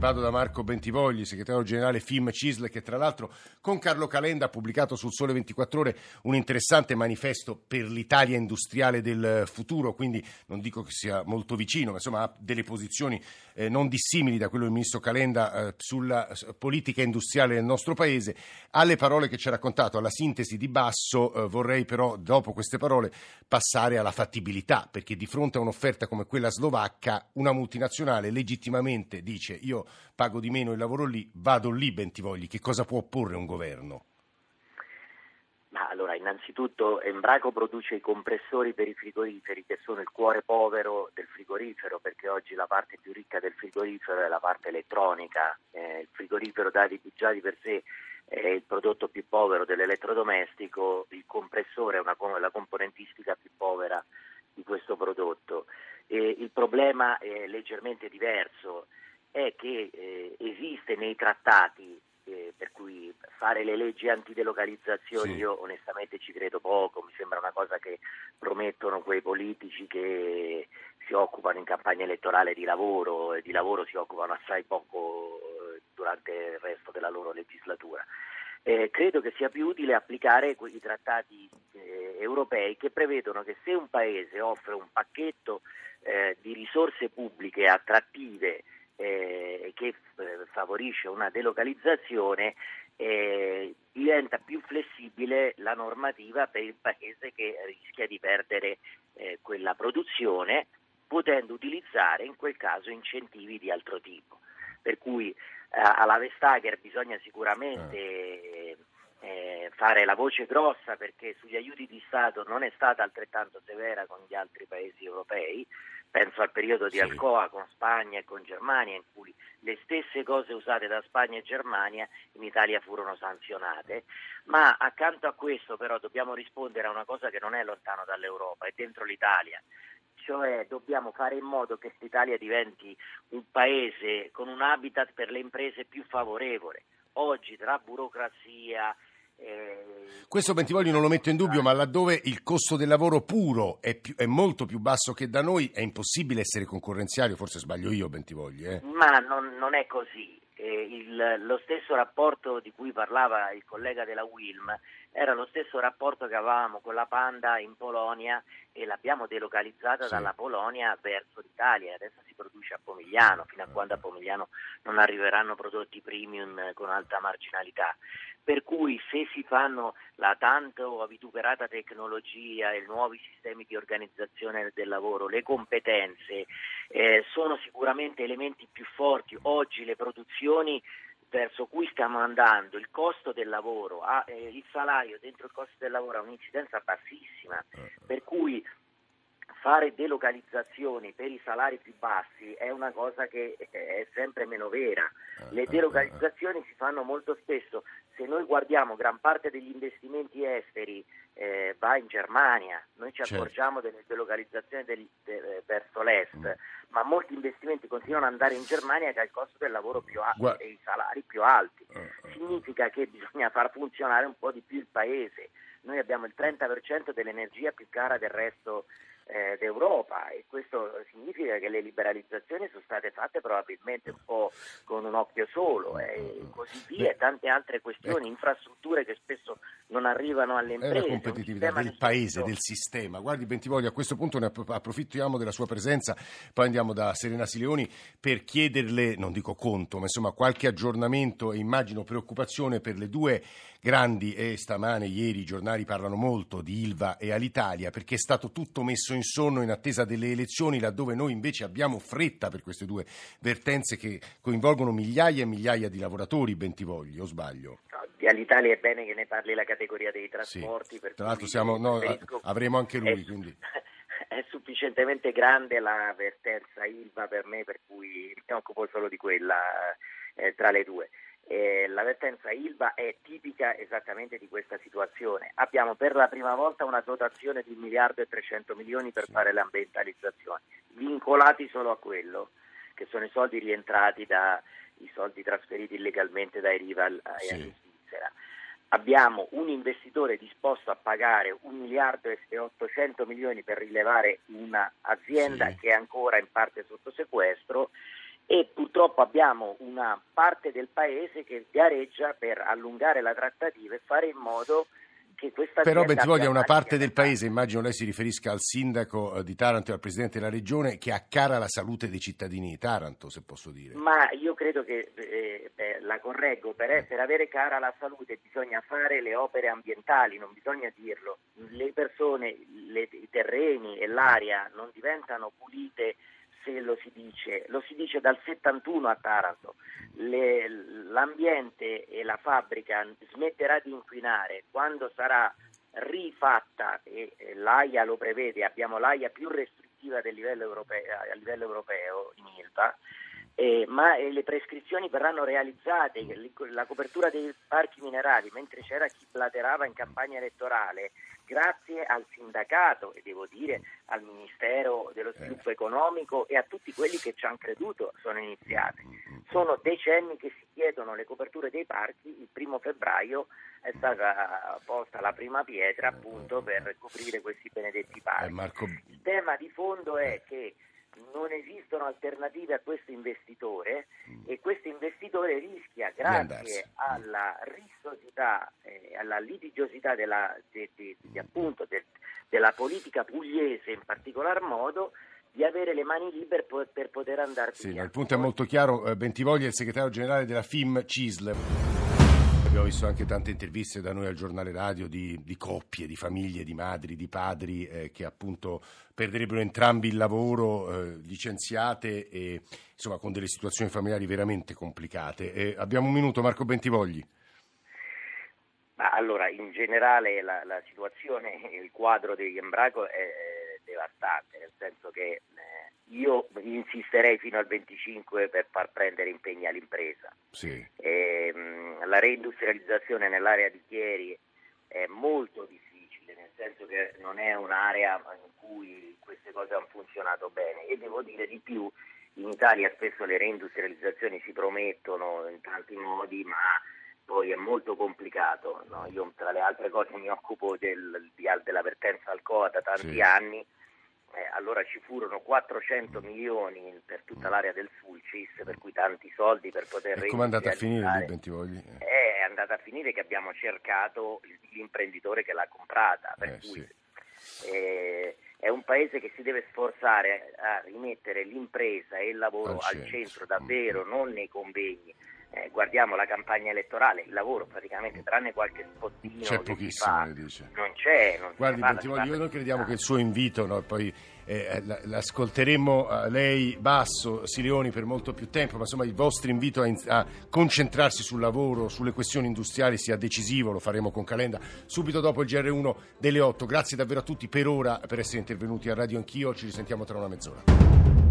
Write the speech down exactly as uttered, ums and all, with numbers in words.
vado da Marco Bentivogli, segretario generale F I M C I S L, che tra l'altro con Carlo Calenda ha pubblicato sul Sole ventiquattro Ore un interessante manifesto per l'Italia industriale del futuro, quindi non dico che sia molto vicino, ma insomma ha delle posizioni eh, non dissimili da quello del ministro Calenda eh, sulla politica industriale del nostro paese. Alle parole che ci ha raccontato, alla sintesi di Basso, eh, vorrei però dopo queste parole passare alla fattibilità, perché di fronte a un'offerta come quella slovacca una multinazionale legittimamente dice: io pago di meno il lavoro lì, vado lì. Bentivogli, che cosa può opporre un governo? Ma allora, innanzitutto Embraco produce i compressori per i frigoriferi, che sono il cuore povero del frigorifero, perché oggi la parte più ricca del frigorifero è la parte elettronica. Eh, il frigorifero già di, già di per sé è il prodotto più povero dell'elettrodomestico, il compressore è una, la componentistica più povera di questo prodotto. E il problema è leggermente diverso, è che eh, esiste nei trattati, eh, per cui fare le leggi antidelocalizzazioni, sì. Io onestamente ci credo poco, mi sembra una cosa che promettono quei politici che si occupano in campagna elettorale di lavoro, e di lavoro si occupano assai poco eh, durante il resto della loro legislatura. Eh, credo che sia più utile applicare i trattati eh, europei, che prevedono che se un paese offre un pacchetto eh, di risorse pubbliche attrattive eh, che eh, favorisce una delocalizzazione, eh, diventa più flessibile la normativa per il paese che rischia di perdere eh, quella produzione, potendo utilizzare in quel caso incentivi di altro tipo. Per cui alla Vestager bisogna sicuramente eh, fare la voce grossa, perché sugli aiuti di Stato non è stata altrettanto severa con gli altri paesi europei. Penso al periodo di sì. Alcoa con Spagna e con Germania, in cui le stesse cose usate da Spagna e Germania in Italia furono sanzionate. Ma accanto a questo però dobbiamo rispondere a una cosa che non è lontano dall'Europa, è dentro l'Italia. Cioè dobbiamo fare in modo che l'Italia diventi un paese con un habitat per le imprese più favorevole. Oggi tra burocrazia... Eh, Questo Bentivogli non lo metto in dubbio, ma laddove il costo del lavoro puro è, più, è molto più basso che da noi, è impossibile essere concorrenziali, forse sbaglio io Bentivogli. Eh? Ma non, non è così. Eh, il, lo stesso rapporto di cui parlava il collega della Wilm era lo stesso rapporto che avevamo con la Panda in Polonia, e l'abbiamo delocalizzata sì. dalla Polonia verso l'Italia. Adesso si produce a Pomigliano, fino a quando a Pomigliano non arriveranno prodotti premium con alta marginalità. Per cui se si fanno la tanto vituperata tecnologia e nuovi sistemi di organizzazione del lavoro, le competenze eh, sono sicuramente elementi più forti. Oggi le produzioni verso cui stiamo andando, il costo del lavoro, ha, eh, il salario dentro il costo del lavoro ha un'incidenza bassissima, per cui fare delocalizzazioni per i salari più bassi è una cosa che è sempre meno vera. Le delocalizzazioni si fanno molto spesso. Se noi guardiamo, gran parte degli investimenti esteri eh, va in Germania, noi ci accorgiamo certo. delle delocalizzazioni del, de, verso l'est, mm. ma molti investimenti continuano ad andare in Germania, che ha il costo del lavoro più alto Gua- e i salari più alti. Uh, uh, Significa che bisogna far funzionare un po' di più il paese. Noi abbiamo il trenta per cento dell'energia più cara del resto Eh, d'Europa, e questo significa che le liberalizzazioni sono state fatte probabilmente un po' con un occhio solo, eh, e così via, e tante altre questioni, infrastrutture che spesso non arrivano alle imprese. È la competitività del paese, del sistema. Guardi Bentivogli, a questo punto ne approfittiamo della sua presenza, poi andiamo da Serena Sileoni per chiederle, non dico conto, ma insomma qualche aggiornamento e immagino preoccupazione per le due grandi, e stamane, ieri i giornali parlano molto di Ilva e Alitalia, perché è stato tutto messo in sonno in attesa delle elezioni, laddove noi invece abbiamo fretta per queste due vertenze che coinvolgono migliaia e migliaia di lavoratori. Bentivogli, o sbaglio? No, di Alitalia è bene che ne parli la categoria dei trasporti. Sì. Per Tra l'altro siamo, no, avremo anche lui. È, quindi. È sufficientemente grande la vertenza Ilva per me, per cui mi occupo solo di quella eh, tra le due. Eh, la vertenza Ilva è tipica esattamente di questa situazione. Abbiamo per la prima volta una dotazione di un miliardo e trecento milioni per sì. fare le ambientalizzazioni, vincolati solo a quello, che sono i soldi rientrati da i soldi trasferiti illegalmente dai rival sì. in Svizzera. Abbiamo un investitore disposto a pagare un miliardo e ottocento milioni per rilevare un'azienda sì. che è ancora in parte sotto sequestro, e purtroppo abbiamo una parte del paese che gareggia per allungare la trattativa e fare in modo che questa Però azienda Bentivoglia è abbia una parte margine del paese, immagino lei si riferisca al sindaco di Taranto e al presidente della regione, che ha cara la salute dei cittadini di Taranto, se posso dire. Ma io credo che, eh, beh, la correggo, per, per avere cara la salute bisogna fare le opere ambientali, non bisogna dirlo. Le persone, le, i terreni e l'aria non diventano pulite se lo si dice, lo si dice dal settantuno a Taranto. Le, l'ambiente e la fabbrica smetterà di inquinare quando sarà rifatta, e l'A I A lo prevede, abbiamo l'A I A più restrittiva del livello europeo, a livello europeo in ILVA, eh, ma eh, le prescrizioni verranno realizzate, la copertura dei parchi minerali, mentre c'era chi blaterava in campagna elettorale, grazie al sindacato e devo dire al Ministero dello Sviluppo Economico e a tutti quelli che ci hanno creduto, sono iniziate. Sono decenni che si chiedono le coperture dei parchi, il primo febbraio è stata posta la prima pietra appunto per coprire questi benedetti parchi. Il tema di fondo è che non esistono alternative a questo investitore e questo investitore rischia, grazie alla rissosità e eh, alla litigiosità della, de, de, de, appunto, de, della politica pugliese in particolar modo, di avere le mani libere per, per poter andare sì, via. No, il punto è molto chiaro. Bentivoglia è il segretario generale della F I M C I S L. Abbiamo visto anche tante interviste da noi al giornale radio di, di coppie, di famiglie, di madri, di padri eh, che appunto perderebbero entrambi il lavoro, eh, licenziate e insomma con delle situazioni familiari veramente complicate. Eh, abbiamo un minuto, Marco Bentivogli. Ma allora, in generale la, la situazione, il quadro di Embraco è devastante, nel senso che eh, io insisterei fino al venticinque per far prendere impegni all'impresa. Sì. E, mh, la reindustrializzazione nell'area di Chieri è molto difficile, nel senso che non è un'area in cui queste cose hanno funzionato bene, e devo dire di più, in Italia spesso le reindustrializzazioni si promettono in tanti modi, ma poi è molto complicato, no? Io tra le altre cose mi occupo del, della vertenza Alcoa da tanti sì. anni. Eh, allora ci furono quattrocento milioni per tutta l'area del Sulcis, per cui tanti soldi per poter e come è andata a finire lì, Bentivogli? È andata a finire che abbiamo cercato l'imprenditore che l'ha comprata, per eh, cui sì. eh, è un paese che si deve sforzare a rimettere l'impresa e il lavoro al centro, al centro davvero, mm. non nei convegni. Eh, guardiamo la campagna elettorale, il lavoro praticamente, tranne qualche spottino c'è che pochissimo, si fa, dice. non c'è. Non Guardi, parla, Bentivogli, noi crediamo che il suo invito, no, poi eh, l'ascolteremo a lei, Basso, Silioni per molto più tempo, ma insomma il vostro invito a, a concentrarsi sul lavoro, sulle questioni industriali sia decisivo, lo faremo con Calenda subito dopo il G R uno delle otto. Grazie davvero a tutti per ora per essere intervenuti a Radio Anch'io, ci risentiamo tra una mezz'ora.